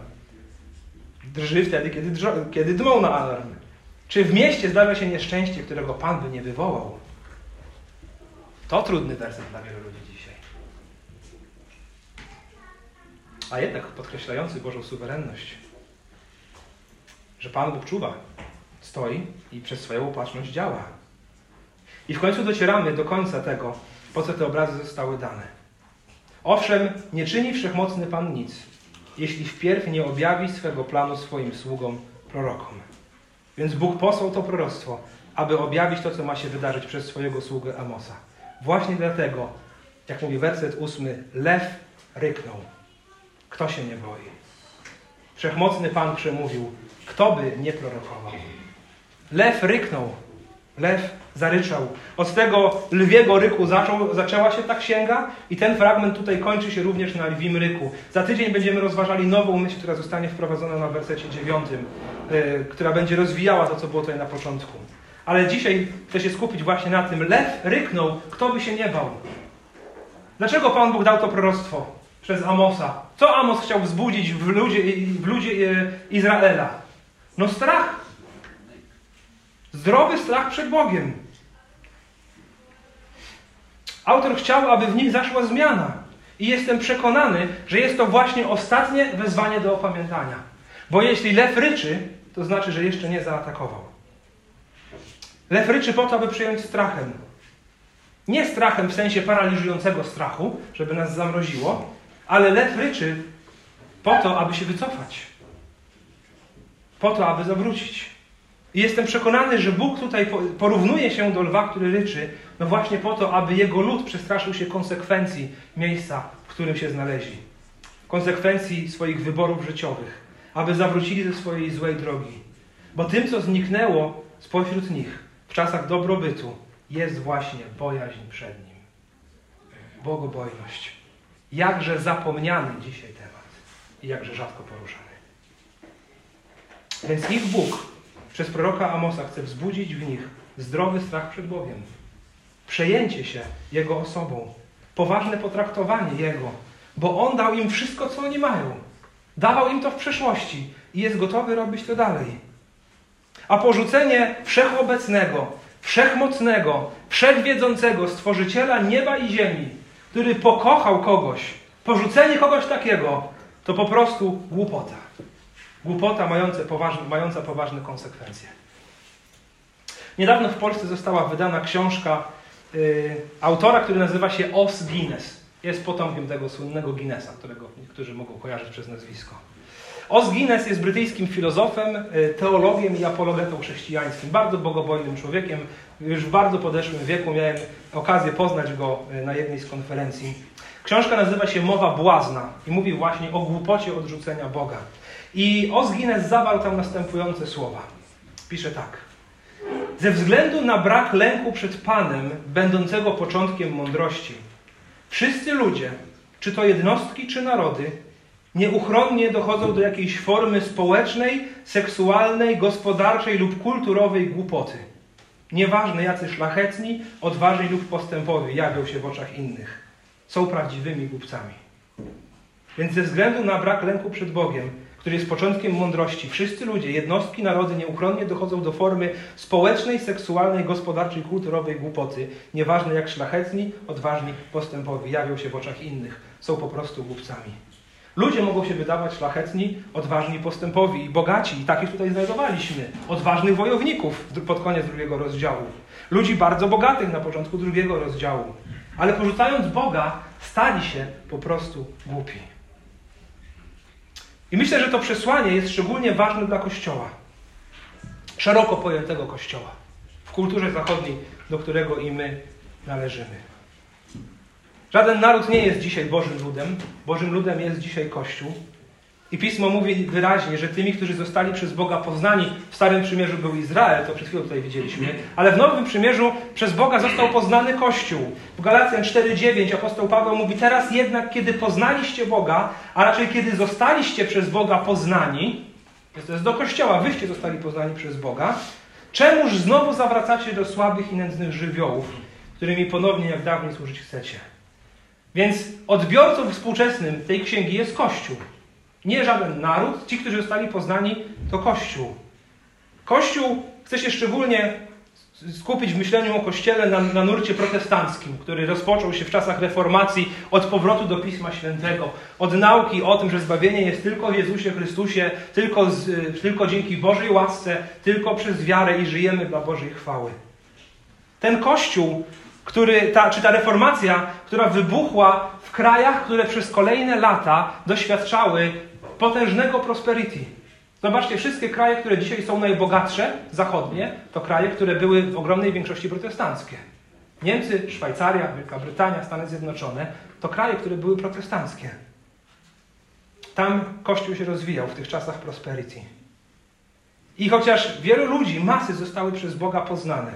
Drży wtedy, kiedy dmą na alarm. Czy w mieście zdarza się nieszczęście, którego Pan by nie wywołał? To trudny werset dla wielu ludzi dzisiaj. A jednak podkreślający Bożą suwerenność. Że Pan Bóg czuwa, stoi i przez swoją opatrzność działa. I w końcu docieramy do końca tego, po co te obrazy zostały dane. Owszem, nie czyni wszechmocny Pan nic, jeśli wpierw nie objawi swego planu swoim sługom, prorokom. Więc Bóg posłał to proroctwo, aby objawić to, co ma się wydarzyć przez swojego sługę Amosa. Właśnie dlatego, jak mówi werset 8, lew ryknął. Kto się nie boi? Wszechmocny Pan przemówił. Kto by nie prorokował? Lew ryknął. Lew zaryczał. Od tego lwiego ryku zaczęła się ta księga i ten fragment tutaj kończy się również na lwim ryku. Za tydzień będziemy rozważali nową myśl, która zostanie wprowadzona na wersecie 9, która będzie rozwijała to, co było tutaj na początku. Ale dzisiaj chcę się skupić właśnie na tym. Lew ryknął, kto by się nie bał. Dlaczego Pan Bóg dał to proroctwo przez Amosa? Co Amos chciał wzbudzić w ludzie Izraela? No strach. Zdrowy strach przed Bogiem. Autor chciał, aby w nich zaszła zmiana. I jestem przekonany, że jest to właśnie ostatnie wezwanie do opamiętania. Bo jeśli lew ryczy, to znaczy, że jeszcze nie zaatakował. Lew ryczy po to, aby przyjąć strachem. Nie strachem w sensie paraliżującego strachu, żeby nas zamroziło, ale lew ryczy po to, aby się wycofać. Po to, aby zawrócić. I jestem przekonany, że Bóg tutaj porównuje się do lwa, który ryczy, no właśnie po to, aby jego lud przestraszył się konsekwencji miejsca, w którym się znaleźli. Konsekwencji swoich wyborów życiowych. Aby zawrócili ze swojej złej drogi. Bo tym, co zniknęło spośród nich w czasach dobrobytu, jest właśnie bojaźń przed Nim. Bogobojność. Jakże zapomniany dzisiaj temat. I jakże rzadko poruszany. Więc ich Bóg przez proroka Amosa chce wzbudzić w nich zdrowy strach przed Bogiem. Przejęcie się Jego osobą. Poważne potraktowanie Jego. Bo On dał im wszystko, co oni mają. Dawał im to w przeszłości. I jest gotowy robić to dalej. A porzucenie wszechobecnego, wszechmocnego, wszechwiedzącego Stworzyciela nieba i ziemi, który pokochał kogoś, porzucenie kogoś takiego, to po prostu głupota. Głupota mająca poważne konsekwencje. Niedawno w Polsce została wydana książka autora, który nazywa się Os Guinness. Jest potomkiem tego słynnego Guinnessa, którego niektórzy mogą kojarzyć przez nazwisko. Os Guinness jest brytyjskim filozofem, teologiem i apologetą chrześcijańskim. Bardzo bogobojnym człowiekiem. Już w bardzo podeszłym wieku miałem okazję poznać go na jednej z konferencji. Książka nazywa się Mowa błazna i mówi właśnie o głupocie odrzucenia Boga. I Os Guinness zawarł tam następujące słowa. Pisze tak. Ze względu na brak lęku przed Panem, będącego początkiem mądrości, wszyscy ludzie, czy to jednostki, czy narody, nieuchronnie dochodzą do jakiejś formy społecznej, seksualnej, gospodarczej lub kulturowej głupoty. Nieważne jacy szlachetni, odważni lub postępowi jawią się w oczach innych. Są prawdziwymi głupcami. Więc ze względu na brak lęku przed Bogiem, który jest początkiem mądrości, wszyscy ludzie, jednostki, narody nieuchronnie dochodzą do formy społecznej, seksualnej, gospodarczej, kulturowej głupoty. Nieważne jak szlachetni, odważni, postępowi jawią się w oczach innych. Są po prostu głupcami. Ludzie mogą się wydawać szlachetni, odważni, postępowi i bogaci. I takich tutaj znajdowaliśmy. Odważnych wojowników pod koniec 2 rozdziału. Ludzi bardzo bogatych na początku 2 rozdziału. Ale porzucając Boga, stali się po prostu głupi. I myślę, że to przesłanie jest szczególnie ważne dla Kościoła. Szeroko pojętego Kościoła. W kulturze zachodniej, do którego i my należymy. Żaden naród nie jest dzisiaj Bożym ludem. Bożym ludem jest dzisiaj Kościół. I Pismo mówi wyraźnie, że tymi, którzy zostali przez Boga poznani, w Starym Przymierzu był Izrael, to przed chwilą tutaj widzieliśmy, ale w Nowym Przymierzu przez Boga został poznany Kościół. W Galacjan 4:9 apostoł Paweł mówi, teraz jednak, kiedy poznaliście Boga, a raczej kiedy zostaliście przez Boga poznani, to jest do Kościoła, wyście zostali poznani przez Boga, czemuż znowu zawracacie do słabych i nędznych żywiołów, którymi ponownie jak dawniej służyć chcecie. Więc odbiorcą współczesnym tej księgi jest Kościół. Nie żaden naród. Ci, którzy zostali poznani, to Kościół. Kościół chce się szczególnie skupić w myśleniu o Kościele na nurcie protestanckim, który rozpoczął się w czasach reformacji od powrotu do Pisma Świętego. Od nauki o tym, że zbawienie jest tylko w Jezusie Chrystusie, tylko dzięki Bożej łasce, tylko przez wiarę i żyjemy dla Bożej chwały. Ten Kościół, ta reformacja, która wybuchła w krajach, które przez kolejne lata doświadczały potężnego prosperity. Zobaczcie, wszystkie kraje, które dzisiaj są najbogatsze, zachodnie, to kraje, które były w ogromnej większości protestanckie. Niemcy, Szwajcaria, Wielka Brytania, Stany Zjednoczone, to kraje, które były protestanckie. Tam Kościół się rozwijał w tych czasach prosperity. I chociaż wielu ludzi, masy zostały przez Boga poznane,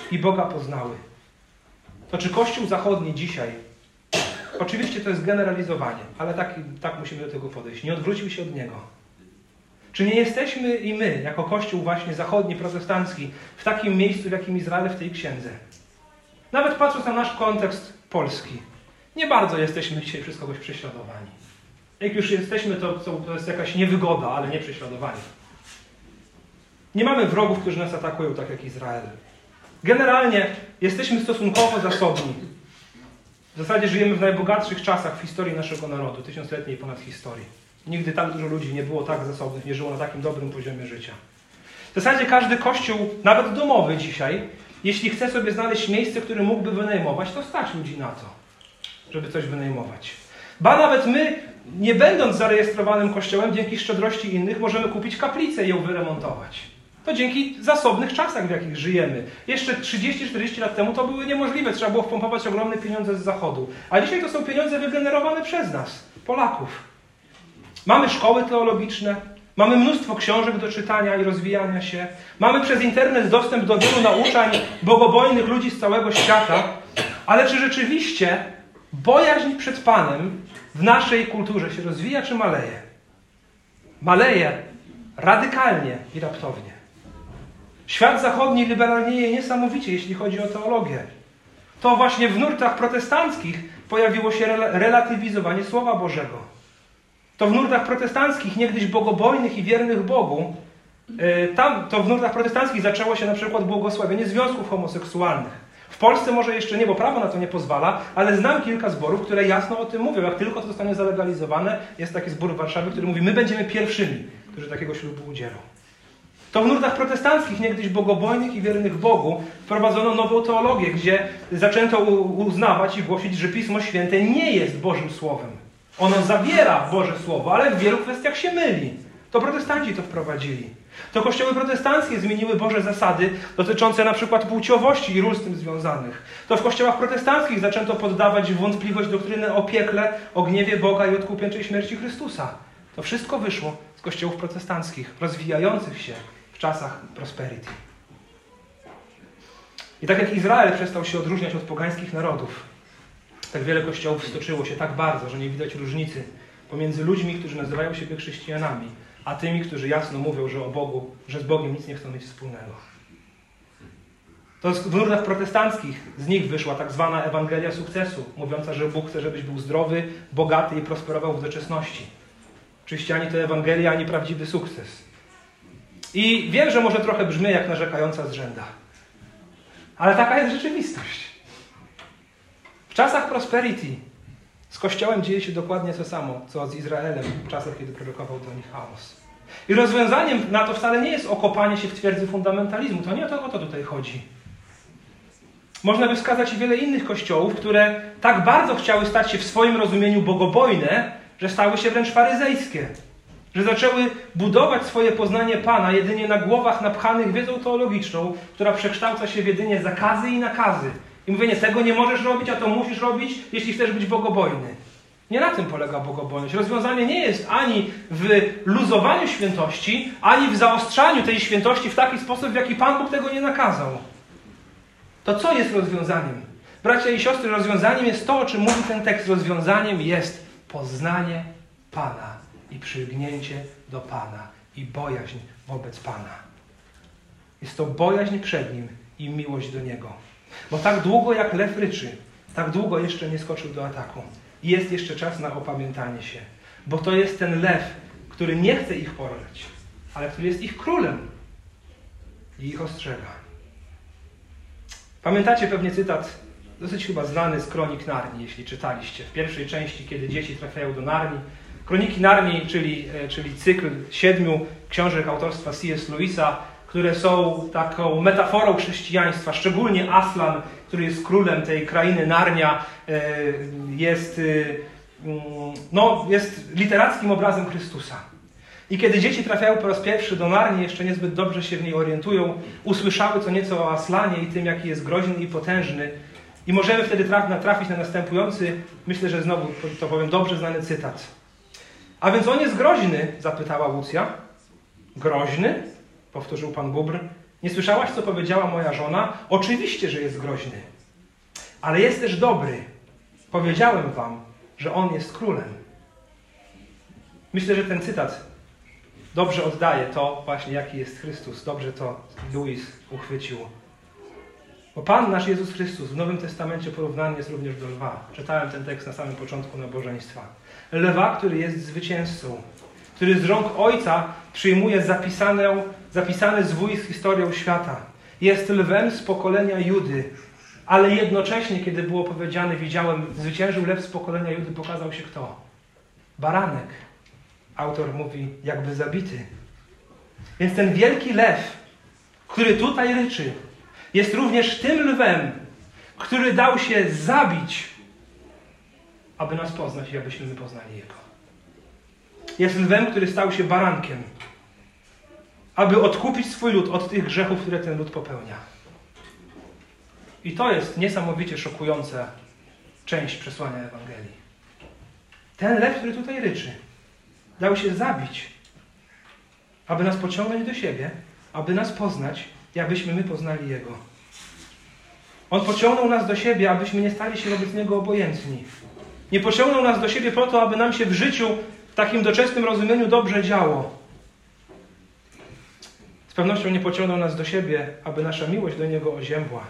i Boga poznały. To czy Kościół zachodni dzisiaj, oczywiście to jest generalizowanie, ale tak musimy do tego podejść, nie odwrócił się od Niego. Czy nie jesteśmy i my, jako Kościół właśnie zachodni, protestancki, w takim miejscu, w jakim Izrael w tej księdze? Nawet patrząc na nasz kontekst polski, nie bardzo jesteśmy dzisiaj przez kogoś prześladowani. Jak już jesteśmy, to jest jakaś niewygoda, ale nie prześladowanie. Nie mamy wrogów, którzy nas atakują, tak jak Izrael. Generalnie jesteśmy stosunkowo zasobni. W zasadzie żyjemy w najbogatszych czasach w historii naszego narodu, tysiącletniej ponad historii. Nigdy tak dużo ludzi nie było tak zasobnych, nie żyło na takim dobrym poziomie życia. W zasadzie każdy kościół, nawet domowy dzisiaj, jeśli chce sobie znaleźć miejsce, które mógłby wynajmować, to stać ludzi na to, żeby coś wynajmować. Ba nawet my, nie będąc zarejestrowanym kościołem, dzięki szczodrości innych, możemy kupić kaplicę i ją wyremontować. To dzięki zasobnych czasach, w jakich żyjemy. Jeszcze 30-40 lat temu to były niemożliwe. Trzeba było wpompować ogromne pieniądze z zachodu. A dzisiaj to są pieniądze wygenerowane przez nas, Polaków. Mamy szkoły teologiczne, mamy mnóstwo książek do czytania i rozwijania się. Mamy przez internet dostęp do wielu nauczań bogobojnych ludzi z całego świata. Ale czy rzeczywiście bojaźń przed Panem w naszej kulturze się rozwija, czy maleje? Maleje radykalnie i raptownie. Świat zachodni liberalnieje niesamowicie, jeśli chodzi o teologię. To właśnie w nurtach protestanckich pojawiło się relatywizowanie Słowa Bożego. To w nurtach protestanckich, niegdyś bogobojnych i wiernych Bogu, to w nurtach protestanckich zaczęło się na przykład błogosławienie związków homoseksualnych. W Polsce może jeszcze nie, bo prawo na to nie pozwala, ale znam kilka zborów, które jasno o tym mówią. Jak tylko to zostanie zalegalizowane, jest taki zbór w Warszawie, który mówi, my będziemy pierwszymi, którzy takiego ślubu udzielą. To w nurtach protestanckich, niegdyś bogobojnych i wiernych Bogu, wprowadzono nową teologię, gdzie zaczęto uznawać i głosić, że Pismo Święte nie jest Bożym Słowem. Ono zawiera Boże Słowo, ale w wielu kwestiach się myli. To protestanci to wprowadzili. To kościoły protestanckie zmieniły Boże zasady dotyczące na przykład płciowości i ról z tym związanych. To w kościołach protestanckich zaczęto poddawać w wątpliwość doktrynę o piekle, o gniewie Boga i odkupieńczej śmierci Chrystusa. To wszystko wyszło z kościołów protestanckich, rozwijających się w czasach prosperity. I tak jak Izrael przestał się odróżniać od pogańskich narodów, tak wiele kościołów stoczyło się tak bardzo, że nie widać różnicy pomiędzy ludźmi, którzy nazywają siebie chrześcijanami, a tymi, którzy jasno mówią, że o Bogu, że z Bogiem nic nie chcą mieć wspólnego. To w nurtach protestanckich z nich wyszła tak zwana Ewangelia sukcesu, mówiąca, że Bóg chce, żebyś był zdrowy, bogaty i prosperował w doczesności. Oczywiście ani to Ewangelia, ani prawdziwy sukces. I wiem, że może trochę brzmi jak narzekająca zrzęda. Ale taka jest rzeczywistość. W czasach prosperity z Kościołem dzieje się dokładnie to samo, co z Izraelem w czasach, kiedy prorokował do nich Amos. I rozwiązaniem na to wcale nie jest okopanie się w twierdzy fundamentalizmu. To nie o to tutaj chodzi. Można by wskazać wiele innych kościołów, które tak bardzo chciały stać się w swoim rozumieniu bogobojne, że stały się wręcz faryzejskie. Że zaczęły budować swoje poznanie Pana jedynie na głowach napchanych wiedzą teologiczną, która przekształca się w jedynie zakazy i nakazy. I mówienie, tego nie możesz robić, a to musisz robić, jeśli chcesz być bogobojny. Nie na tym polega bogobojność. Rozwiązanie nie jest ani w luzowaniu świętości, ani w zaostrzaniu tej świętości w taki sposób, w jaki Pan Bóg tego nie nakazał. To co jest rozwiązaniem? Bracia i siostry, rozwiązaniem jest to, o czym mówi ten tekst. Rozwiązaniem jest poznanie Pana i przylgnięcie do Pana i bojaźń wobec Pana. Jest to bojaźń przed Nim i miłość do Niego. Bo tak długo jak lew ryczy, tak długo jeszcze nie skoczył do ataku. I jest jeszcze czas na opamiętanie się. Bo to jest ten lew, który nie chce ich porwać, ale który jest ich królem i ich ostrzega. Pamiętacie pewnie cytat, dosyć chyba znany z Kronik Narni, jeśli czytaliście. W pierwszej części, kiedy dzieci trafiają do Narni. Kroniki Narni, czyli cykl 7 książek autorstwa C.S. Lewisa, które są taką metaforą chrześcijaństwa. Szczególnie Aslan, który jest królem tej krainy Narnia, jest literackim obrazem Chrystusa. I kiedy dzieci trafiają po raz pierwszy do Narni, jeszcze niezbyt dobrze się w niej orientują, usłyszały co nieco o Aslanie i tym, jaki jest groźny i potężny. I możemy wtedy trafić na następujący, myślę, że znowu to powiem, dobrze znany cytat. A więc on jest groźny? Zapytała Łucja. Groźny? Powtórzył Pan Bóbr. Nie słyszałaś, co powiedziała moja żona? Oczywiście, że jest groźny. Ale jest też dobry. Powiedziałem wam, że on jest królem. Myślę, że ten cytat dobrze oddaje to właśnie, jaki jest Chrystus. Dobrze to Louis uchwycił. Bo Pan nasz Jezus Chrystus w Nowym Testamencie porównany jest również do lwa. Czytałem ten tekst na samym początku nabożeństwa. Lwa, który jest zwycięzcą, który z rąk Ojca przyjmuje zapisany zwój z historią świata. Jest lwem z pokolenia Judy, ale jednocześnie, kiedy było powiedziane, widziałem, zwyciężył lew z pokolenia Judy, pokazał się kto? Baranek. Autor mówi, jakby zabity. Więc ten wielki lew, który tutaj ryczy, jest również tym lwem, który dał się zabić, aby nas poznać i abyśmy my poznali Jego. Jest lwem, który stał się barankiem, aby odkupić swój lud od tych grzechów, które ten lud popełnia. I to jest niesamowicie szokująca część przesłania Ewangelii. Ten lew, który tutaj ryczy, dał się zabić, aby nas pociągnąć do siebie, aby nas poznać i abyśmy my poznali Jego. On pociągnął nas do siebie, abyśmy nie stali się wobec Niego obojętni. Nie pociągnął nas do siebie po to, aby nam się w życiu w takim doczesnym rozumieniu dobrze działo. Z pewnością nie pociągnął nas do siebie, aby nasza miłość do Niego oziębła.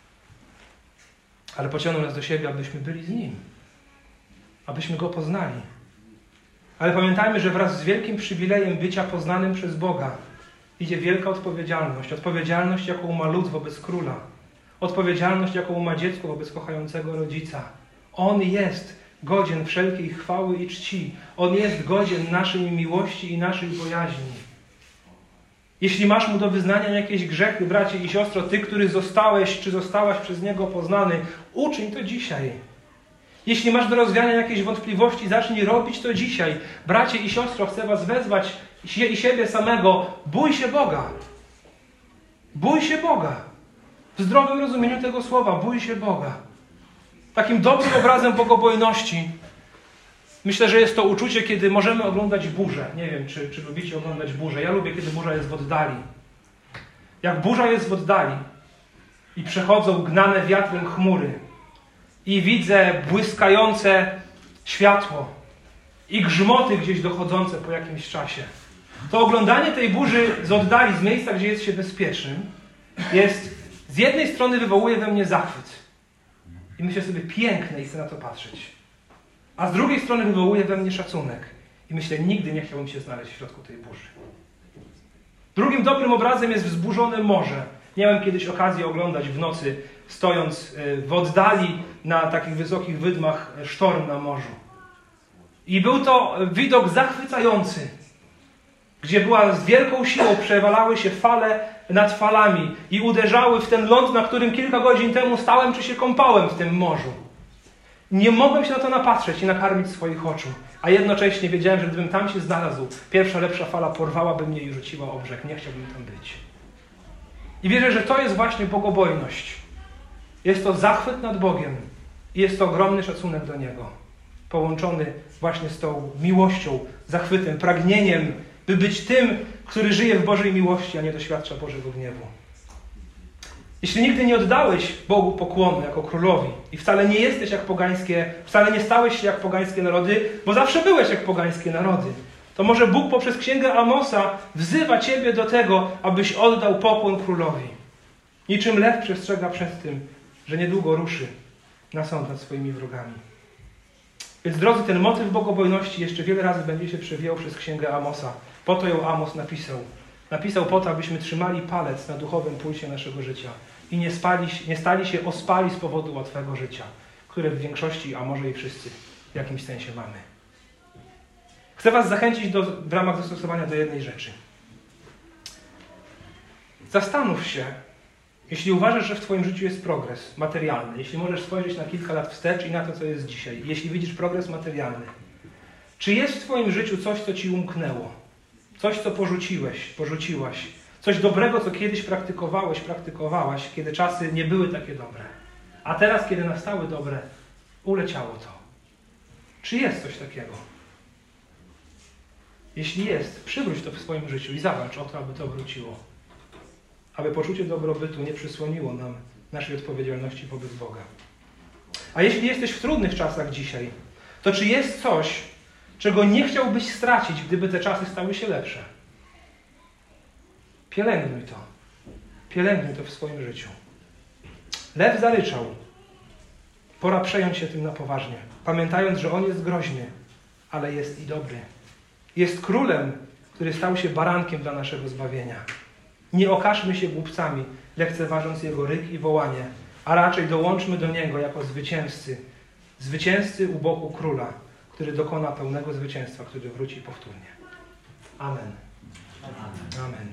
Ale pociągnął nas do siebie, abyśmy byli z Nim. Abyśmy Go poznali. Ale pamiętajmy, że wraz z wielkim przywilejem bycia poznanym przez Boga idzie wielka odpowiedzialność. Odpowiedzialność, jaką ma lud wobec Króla. Odpowiedzialność, jaką ma dziecko wobec kochającego rodzica. On jest godzien wszelkiej chwały i czci. On jest godzien naszej miłości i naszej bojaźni. Jeśli masz Mu do wyznania jakieś grzechy, bracie i siostro, ty, który zostałeś czy zostałaś przez Niego poznany, uczyń to dzisiaj. Jeśli masz do rozwiania jakieś wątpliwości, zacznij robić to dzisiaj. Bracie i siostro, chcę was wezwać i siebie samego. Bój się Boga. Bój się Boga. W zdrowym rozumieniu tego słowa. Bój się Boga. Takim dobrym obrazem bogobojności myślę, że jest to uczucie, kiedy możemy oglądać burzę. Nie wiem, czy lubicie oglądać burzę. Ja lubię, kiedy burza jest w oddali. Jak burza jest w oddali i przechodzą gnane wiatrem chmury i widzę błyskające światło i grzmoty gdzieś dochodzące po jakimś czasie, to oglądanie tej burzy z oddali, z miejsca, gdzie jest się bezpiecznym, jest z jednej strony wywołuje we mnie zachwyt. I myślę sobie, piękne i chcę na to patrzeć. A z drugiej strony wywołuje we mnie szacunek. I myślę, nigdy nie chciałbym się znaleźć w środku tej burzy. Drugim dobrym obrazem jest wzburzone morze. Miałem kiedyś okazję oglądać w nocy, stojąc w oddali na takich wysokich wydmach, sztorm na morzu. I był to widok zachwycający, gdzie z wielką siłą przewalały się fale nad falami i uderzały w ten ląd, na którym kilka godzin temu stałem czy się kąpałem w tym morzu. Nie mogłem się na to napatrzeć i nakarmić swoich oczu, a jednocześnie wiedziałem, że gdybym tam się znalazł, pierwsza lepsza fala porwałaby mnie i rzuciła o brzeg. Nie chciałbym tam być. I wierzę, że to jest właśnie bogobojność. Jest to zachwyt nad Bogiem i jest to ogromny szacunek do Niego. Połączony właśnie z tą miłością, zachwytem, pragnieniem, by być tym, który żyje w Bożej miłości, a nie doświadcza Bożego gniewu. Jeśli nigdy nie oddałeś Bogu pokłonu jako królowi i wcale nie jesteś jak pogańskie, wcale nie stałeś się jak pogańskie narody, bo zawsze byłeś jak pogańskie narody, to może Bóg poprzez Księgę Amosa wzywa ciebie do tego, abyś oddał pokłon królowi. Niczym lew przestrzega przed tym, że niedługo ruszy na sąd nad swoimi wrogami. Więc drodzy, ten motyw bogobojności jeszcze wiele razy będzie się przewijał przez Księgę Amosa. Po to ją Amos napisał. Napisał po to, abyśmy trzymali palec na duchowym pulsie naszego życia i nie stali się ospali z powodu łatwego życia, które w większości, a może i wszyscy w jakimś sensie mamy. Chcę was zachęcić w ramach zastosowania do jednej rzeczy. Zastanów się, jeśli uważasz, że w twoim życiu jest progres materialny, jeśli możesz spojrzeć na kilka lat wstecz i na to, co jest dzisiaj, jeśli widzisz progres materialny, czy jest w twoim życiu coś, co ci umknęło? Coś, co porzuciłaś? Coś dobrego, co kiedyś praktykowałaś, kiedy czasy nie były takie dobre. A teraz, kiedy nastały dobre, uleciało to. Czy jest coś takiego? Jeśli jest, przywróć to w swoim życiu i zawalcz o to, aby to wróciło. aby poczucie dobrobytu nie przysłoniło nam naszej odpowiedzialności wobec Boga. A jeśli jesteś w trudnych czasach dzisiaj, to czy jest coś, czego nie chciałbyś stracić, gdyby te czasy stały się lepsze? Pielęgnuj to. Pielęgnuj to w swoim życiu. Lew zaryczał. Pora przejąć się tym na poważnie, pamiętając, że on jest groźny, ale jest i dobry. Jest królem, który stał się barankiem dla naszego zbawienia. Nie okażmy się głupcami, lekceważąc jego ryk i wołanie, a raczej dołączmy do niego jako zwycięzcy u boku króla, który dokona pełnego zwycięstwa, który wróci powtórnie. Amen. Amen.